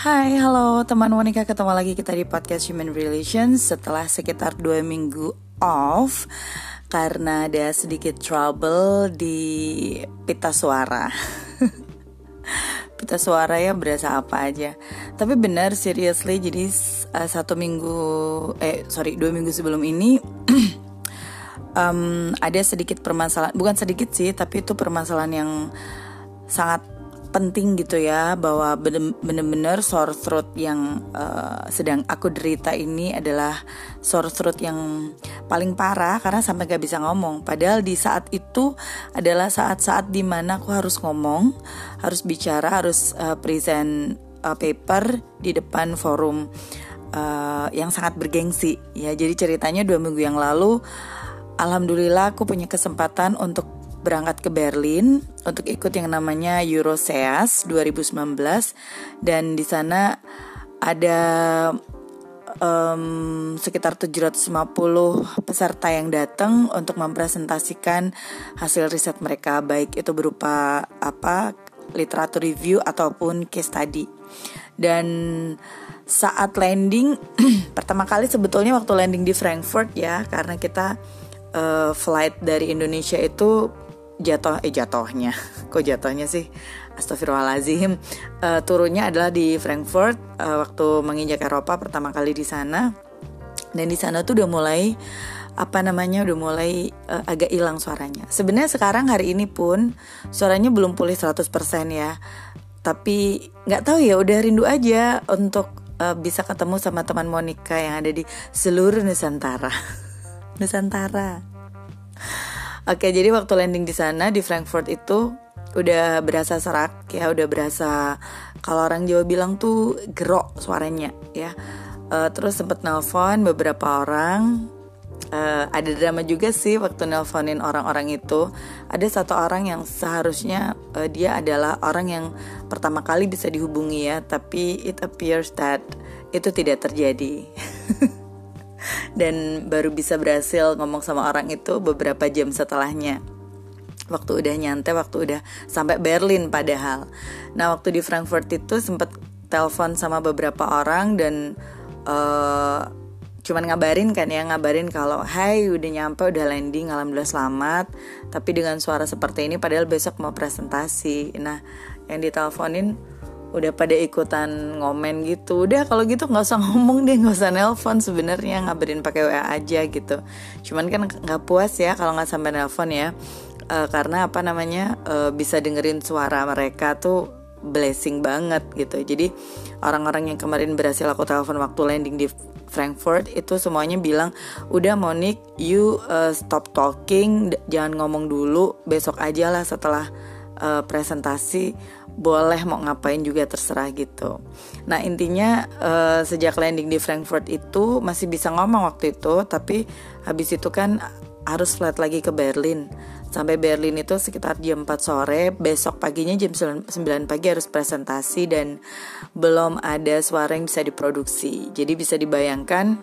Hai, halo teman Monica, ketemu lagi kita di podcast Human Relations setelah sekitar 2 minggu off karena ada sedikit trouble di pita suara. Pita suara ya berasa apa aja. Tapi benar, seriously, jadi 2 minggu sebelum ini ada sedikit permasalahan, bukan sedikit sih, tapi itu permasalahan yang sangat penting gitu ya, bahwa benar-benar sore throat yang sedang aku derita ini adalah sore throat yang paling parah karena sampai gak bisa ngomong. Padahal di saat itu adalah saat-saat dimana aku harus ngomong, harus bicara, harus present paper di depan forum yang sangat bergengsi ya. Jadi ceritanya 2 minggu yang lalu, alhamdulillah aku punya kesempatan untuk berangkat ke Berlin untuk ikut yang namanya Euroseas 2019, dan di sana ada sekitar 750 peserta yang datang untuk mempresentasikan hasil riset mereka, baik itu berupa literatur review ataupun case study. Dan saat landing pertama kali sebetulnya waktu landing di Frankfurt ya, karena kita flight dari Indonesia itu jatuhnya astagfirullahaladzim, turunnya adalah di Frankfurt waktu menginjak Eropa pertama kali di sana. Dan di sana tuh udah mulai agak hilang suaranya. Sebenarnya sekarang hari ini pun suaranya belum pulih 100% ya. Tapi nggak tahu ya, udah rindu aja untuk bisa ketemu sama teman Monica yang ada di seluruh Nusantara. Oke, jadi waktu landing di sana di Frankfurt itu udah berasa serak ya, udah berasa, kalau orang Jawa bilang tuh gerok suaranya ya. Terus sempet nelpon beberapa orang. Ada drama juga sih waktu nelponin orang-orang itu. Ada satu orang yang seharusnya dia adalah orang yang pertama kali bisa dihubungi ya, tapi it appears that itu tidak terjadi. Dan baru bisa berhasil ngomong sama orang itu beberapa jam setelahnya, waktu udah nyantai, waktu udah sampai Berlin padahal. Nah waktu di Frankfurt itu sempat telepon sama beberapa orang dan cuman ngabarin kalau hai udah nyampe, udah landing, alhamdulillah selamat, tapi dengan suara seperti ini padahal besok mau presentasi. Nah yang diteleponin udah pada ikutan ngomen gitu. Udah kalau gitu nggak usah ngomong deh, nggak usah nelpon, sebenarnya ngabarin pakai WA aja gitu. Cuman kan nggak puas ya kalau nggak sampai nelpon ya, karena bisa dengerin suara mereka tuh blessing banget gitu. Jadi orang-orang yang kemarin berhasil aku telepon waktu landing di Frankfurt itu semuanya bilang, udah Monique, you stop talking, jangan ngomong dulu, besok aja lah setelah presentasi boleh mau ngapain juga terserah gitu. Nah intinya sejak landing di Frankfurt itu masih bisa ngomong waktu itu, tapi habis itu kan harus flight lagi ke Berlin. Sampai Berlin itu sekitar jam 4 sore, besok paginya jam 9 pagi harus presentasi dan belum ada suara yang bisa diproduksi. Jadi bisa dibayangkan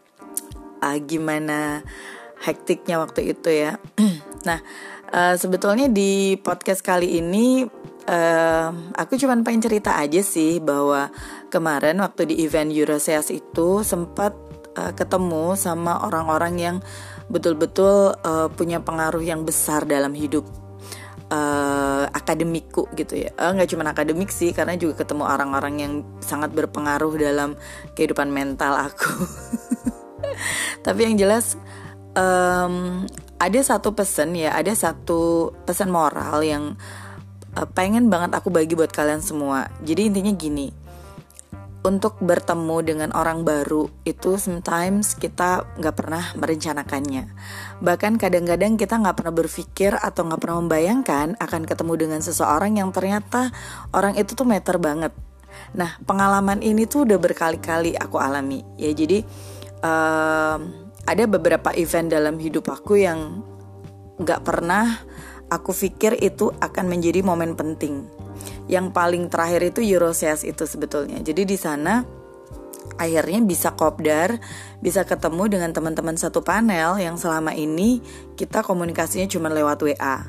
gimana hektiknya waktu itu ya. Nah sebetulnya di podcast kali ini aku cuma pengen cerita aja sih, bahwa kemarin waktu di event Euroseas itu sempat ketemu sama orang-orang yang betul-betul punya pengaruh yang besar dalam hidup akademikku gitu ya. Nggak cuma akademik sih, karena juga ketemu orang-orang yang sangat berpengaruh dalam kehidupan mental aku. Tapi yang jelas ada satu pesan moral yang pengen banget aku bagi buat kalian semua. Jadi intinya gini, untuk bertemu dengan orang baru itu sometimes kita gak pernah merencanakannya. Bahkan kadang-kadang kita gak pernah berpikir atau gak pernah membayangkan akan ketemu dengan seseorang yang ternyata orang itu tuh meter banget. Nah pengalaman ini tuh udah berkali-kali aku alami ya. Jadi ada beberapa event dalam hidup aku yang gak pernah aku pikir itu akan menjadi momen penting. Yang paling terakhir itu Euroseas itu sebetulnya. Jadi di sana akhirnya bisa kopdar, bisa ketemu dengan teman-teman satu panel yang selama ini kita komunikasinya cuma lewat WA.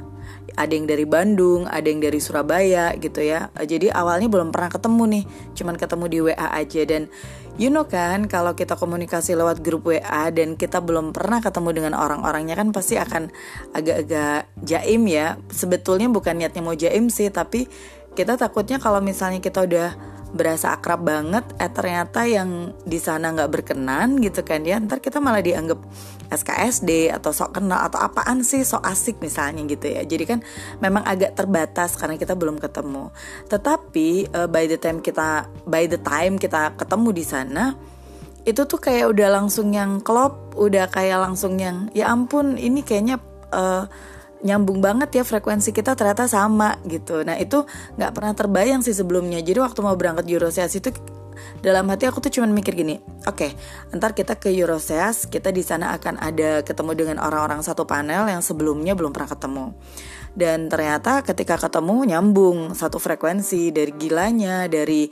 ada yang dari Bandung, ada yang dari Surabaya gitu ya. Jadi awalnya belum pernah ketemu nih, cuman ketemu di WA aja. Dan you know kan, kalau kita komunikasi lewat grup WA dan kita belum pernah ketemu dengan orang-orangnya kan pasti akan agak-agak jaim ya. Sebetulnya bukan niatnya mau jaim sih, tapi kita takutnya kalau misalnya kita udah berasa akrab banget, ternyata yang di sana nggak berkenan gitu kan ya, ntar kita malah dianggap SKSD atau sok kenal atau apaan sih, sok asik misalnya gitu ya. Jadi kan memang agak terbatas karena kita belum ketemu. Tetapi by the time kita ketemu di sana, itu tuh kayak udah langsung yang klop, udah kayak langsung yang ya ampun ini kayaknya nyambung banget ya, frekuensi kita ternyata sama gitu. Nah itu nggak pernah terbayang sih sebelumnya. Jadi waktu mau berangkat Euroseas itu dalam hati aku tuh cuman mikir gini, oke, ntar kita ke Euroseas, kita di sana akan ada ketemu dengan orang-orang satu panel yang sebelumnya belum pernah ketemu. Dan ternyata ketika ketemu nyambung satu frekuensi, dari gilanya, dari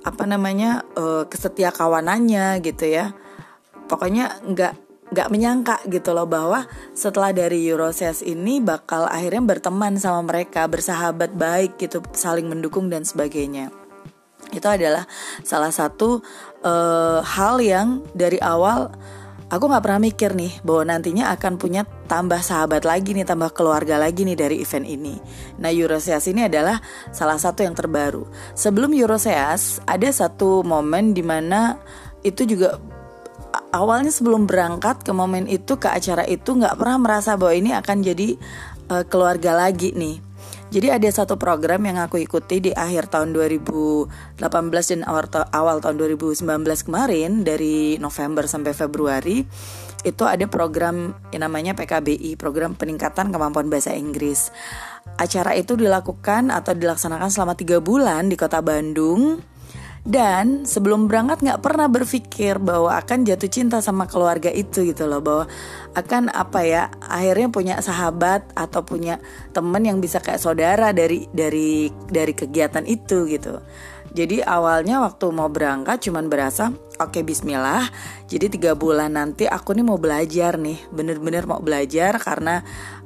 kesetia kawanannya gitu ya. Pokoknya nggak menyangka gitu loh bahwa setelah dari Euroseas ini bakal akhirnya berteman sama mereka, bersahabat baik gitu, saling mendukung dan sebagainya. Itu adalah salah satu hal yang dari awal aku nggak pernah mikir nih bahwa nantinya akan punya tambah sahabat lagi nih, tambah keluarga lagi nih dari event ini. Nah Euroseas ini adalah salah satu yang terbaru. Sebelum Euroseas ada satu momen dimana itu juga awalnya sebelum berangkat ke momen itu, ke acara itu nggak pernah merasa bahwa ini akan jadi keluarga lagi nih. Jadi ada satu program yang aku ikuti di akhir tahun 2018 dan awal tahun 2019 kemarin, dari November sampai Februari. Itu ada program yang namanya PKBI, program peningkatan kemampuan bahasa Inggris. Acara itu dilakukan atau dilaksanakan selama 3 bulan di kota Bandung. Dan sebelum berangkat gak pernah berpikir bahwa akan jatuh cinta sama keluarga itu gitu loh. Bahwa akan akhirnya punya sahabat atau punya teman yang bisa kayak saudara dari kegiatan itu gitu. Jadi awalnya waktu mau berangkat cuman berasa oke, bismillah. Jadi 3 bulan nanti aku nih mau belajar nih, bener-bener mau belajar. Karena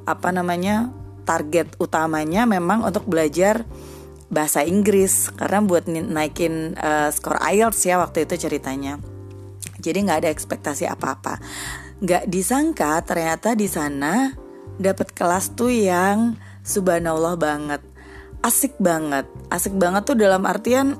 target utamanya memang untuk belajar bahasa Inggris, karena buat naikin skor IELTS ya waktu itu ceritanya. Jadi nggak ada ekspektasi apa-apa. Nggak disangka ternyata di sana dapat kelas tuh yang subhanallah banget, asik banget tuh dalam artian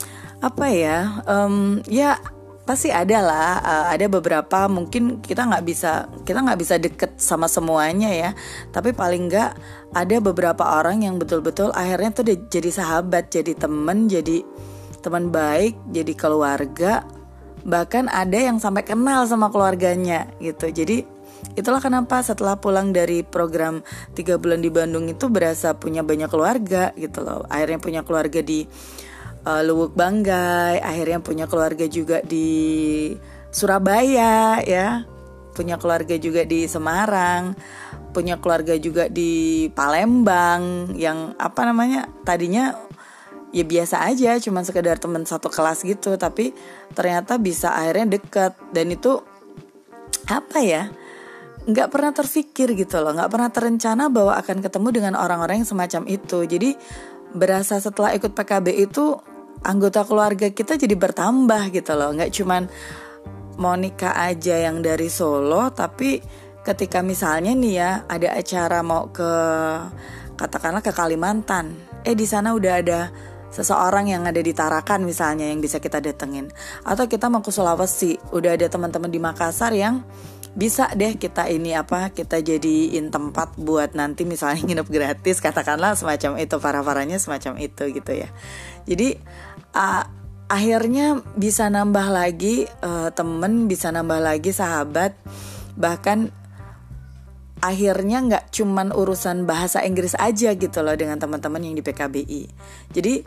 ya pasti ada lah, ada beberapa mungkin kita nggak bisa deket sama semuanya ya, tapi paling nggak ada beberapa orang yang betul-betul akhirnya tuh jadi sahabat, jadi teman baik, jadi keluarga, bahkan ada yang sampai kenal sama keluarganya gitu. Jadi itulah kenapa setelah pulang dari program 3 bulan di Bandung itu berasa punya banyak keluarga gitu loh. Akhirnya punya keluarga di Luwuk Banggai, akhirnya punya keluarga juga di Surabaya ya, punya keluarga juga di Semarang, punya keluarga juga di Palembang yang tadinya ya biasa aja, cuma sekedar teman satu kelas gitu, tapi ternyata bisa akhirnya deket. Dan itu nggak pernah terfikir gitu loh, nggak pernah terencana bahwa akan ketemu dengan orang-orang yang semacam itu. Jadi berasa setelah ikut PKB itu anggota keluarga kita jadi bertambah gitu loh. Nggak cuman Monica aja yang dari Solo, tapi ketika misalnya nih ya ada acara mau katakanlah ke Kalimantan, di sana udah ada seseorang yang ada di Tarakan misalnya yang bisa kita datengin. Atau kita mau ke Sulawesi, udah ada teman-teman di Makassar yang bisa deh kita jadiin tempat buat nanti misalnya nginep gratis, katakanlah semacam itu, parah-parahnya semacam itu gitu ya. Jadi akhirnya bisa nambah lagi temen, bisa nambah lagi sahabat. Bahkan akhirnya gak cuman urusan bahasa Inggris aja gitu loh dengan teman-teman yang di PKBI. Jadi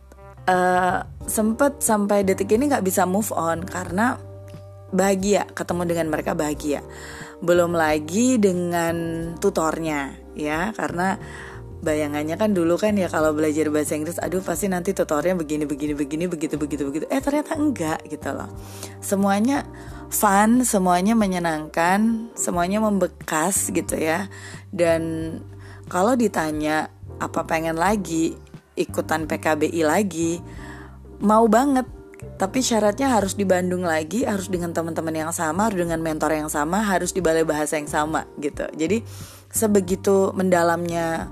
sempet sampai detik ini gak bisa move on karena bahagia, ketemu dengan mereka bahagia. Belum lagi dengan tutornya ya, karena bayangannya kan dulu kan ya kalau belajar bahasa Inggris, aduh pasti nanti tutornya begini begitu. Ternyata enggak gitu loh. Semuanya fun, semuanya menyenangkan, semuanya membekas gitu ya. Dan kalau ditanya apa pengen lagi ikutan PKBI lagi, mau banget. Tapi syaratnya harus di Bandung lagi, harus dengan teman-teman yang sama, harus dengan mentor yang sama, harus di balai bahasa yang sama gitu. Jadi sebegitu mendalamnya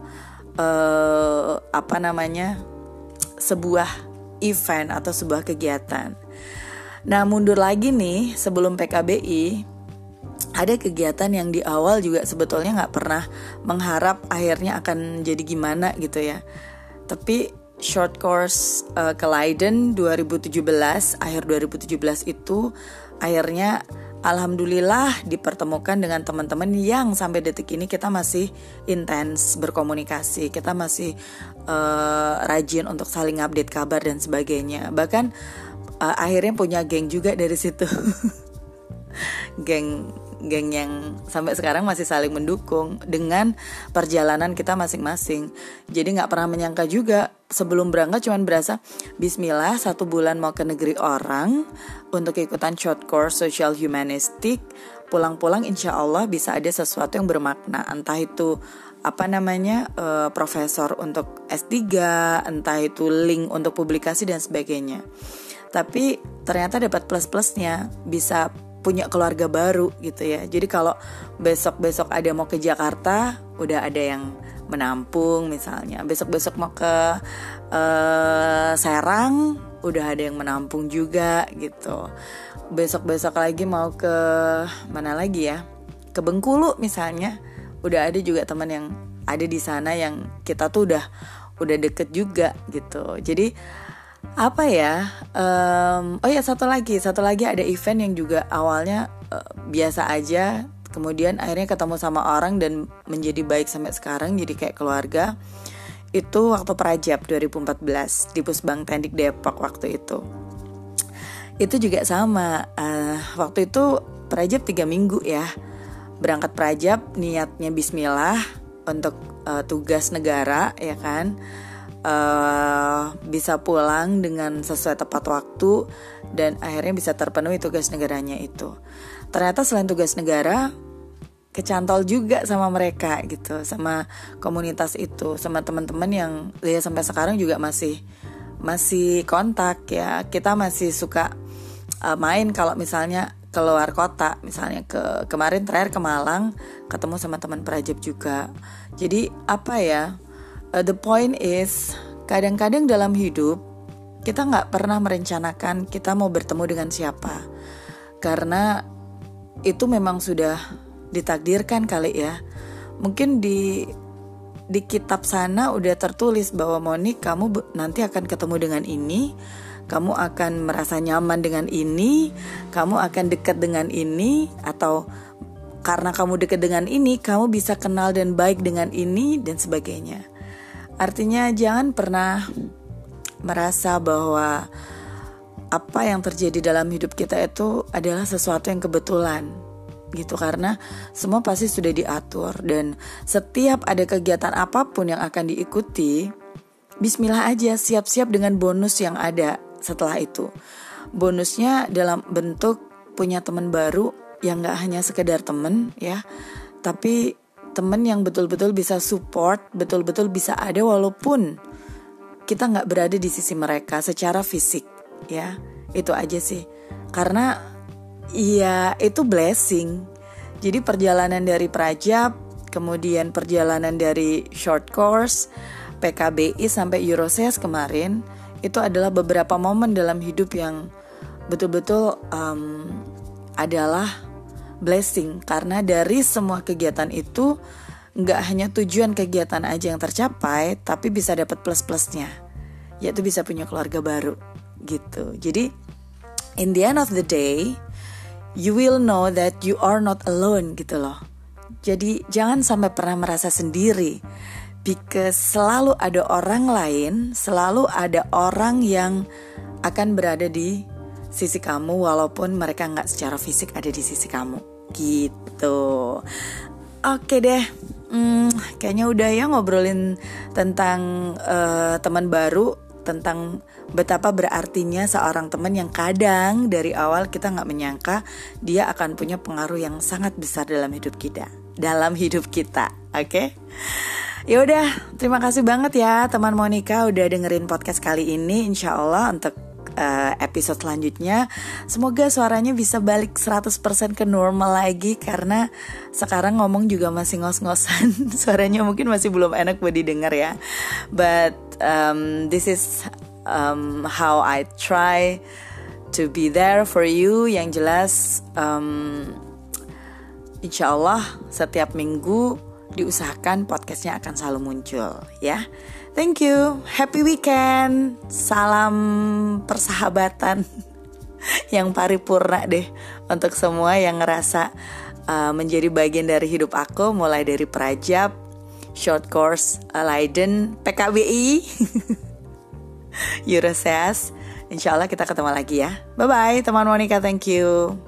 sebuah event atau sebuah kegiatan. Nah, mundur lagi nih, sebelum PKBI ada kegiatan yang di awal juga sebetulnya nggak pernah mengharap akhirnya akan jadi gimana gitu ya. Tapi short course ke Leiden 2017, akhir 2017 itu akhirnya alhamdulillah dipertemukan dengan teman-teman yang sampai detik ini kita masih intens berkomunikasi, kita masih rajin untuk saling update kabar dan sebagainya. Bahkan akhirnya punya geng juga dari situ. geng yang sampai sekarang masih saling mendukung dengan perjalanan kita masing-masing. Jadi gak pernah menyangka juga, sebelum berangkat cuman berasa bismillah 1 bulan mau ke negeri orang untuk ikutan short course social humanistic. Pulang-pulang insya Allah bisa ada sesuatu yang bermakna, entah itu profesor untuk S3, entah itu link untuk publikasi dan sebagainya. Tapi ternyata dapat plus-plusnya, bisa punya keluarga baru gitu ya. Jadi kalau besok-besok ada mau ke Jakarta, udah ada yang menampung misalnya. Besok-besok mau ke Serang, udah ada yang menampung juga gitu. Besok-besok lagi mau ke mana lagi ya? Ke Bengkulu misalnya, udah ada juga teman yang ada di sana yang kita tuh udah deket juga gitu. Jadi satu lagi ada event yang juga awalnya biasa aja, kemudian akhirnya ketemu sama orang dan menjadi baik sampai sekarang, jadi kayak keluarga. Itu waktu Prajab 2014 di Pusbang Tendik Depok waktu itu. Itu juga sama, waktu itu Prajab 3 minggu ya. Berangkat Prajab niatnya bismillah untuk tugas negara ya kan. Bisa pulang dengan sesuai tepat waktu dan akhirnya bisa terpenuhi tugas negaranya itu. Ternyata selain tugas negara, kecantol juga sama mereka gitu, sama komunitas itu, sama teman-teman yang ya sampai sekarang juga masih kontak ya. Kita masih suka main kalau misalnya keluar kota, misalnya kemarin terakhir ke Malang, ketemu sama teman Prajab juga. Jadi the point is, kadang-kadang dalam hidup kita gak pernah merencanakan kita mau bertemu dengan siapa, karena itu memang sudah ditakdirkan kali ya. Mungkin di kitab sana udah tertulis bahwa Monik, kamu nanti akan ketemu dengan ini, kamu akan merasa nyaman dengan ini, kamu akan dekat dengan ini, atau karena kamu dekat dengan ini, kamu bisa kenal dan baik dengan ini dan sebagainya. Artinya jangan pernah merasa bahwa apa yang terjadi dalam hidup kita itu adalah sesuatu yang kebetulan gitu, karena semua pasti sudah diatur. Dan setiap ada kegiatan apapun yang akan diikuti, bismillah aja, siap-siap dengan bonus yang ada setelah itu. Bonusnya dalam bentuk punya teman baru yang gak hanya sekedar teman ya, tapi teman yang betul-betul bisa support, betul-betul bisa ada walaupun kita gak berada di sisi mereka secara fisik ya. Itu aja sih, karena ya itu blessing. Jadi perjalanan dari Prajab, kemudian perjalanan dari short course, PKBI sampai Euroces kemarin, itu adalah beberapa momen dalam hidup yang betul-betul adalah blessing. Karena dari semua kegiatan itu gak hanya tujuan kegiatan aja yang tercapai, tapi bisa dapat plus-plusnya, yaitu bisa punya keluarga baru gitu. Jadi in the end of the day, you will know that you are not alone gitu loh. Jadi jangan sampai pernah merasa sendiri, because selalu ada orang lain, selalu ada orang yang akan berada di sisi kamu walaupun mereka gak secara fisik ada di sisi kamu gitu. Oke deh, kayaknya udah ya ngobrolin tentang teman baru, tentang betapa berartinya seorang teman yang kadang dari awal kita gak menyangka dia akan punya pengaruh yang sangat besar dalam hidup kita. Oke? Ya udah, terima kasih banget ya teman Monica udah dengerin podcast kali ini. Insya Allah untuk episode selanjutnya semoga suaranya bisa balik 100% ke normal lagi. Karena sekarang ngomong juga masih ngos-ngosan. Suaranya mungkin masih belum enak buat didengar ya. But this is how I try to be there for you. Yang jelas insya Allah setiap minggu diusahakan podcastnya akan selalu muncul ya. Thank you, happy weekend, salam persahabatan yang paripurna deh untuk semua yang ngerasa menjadi bagian dari hidup aku, mulai dari Prajab, Short Course Leiden, PKBI, Euroseas. Insya Allah kita ketemu lagi ya. Bye bye teman Monica, thank you.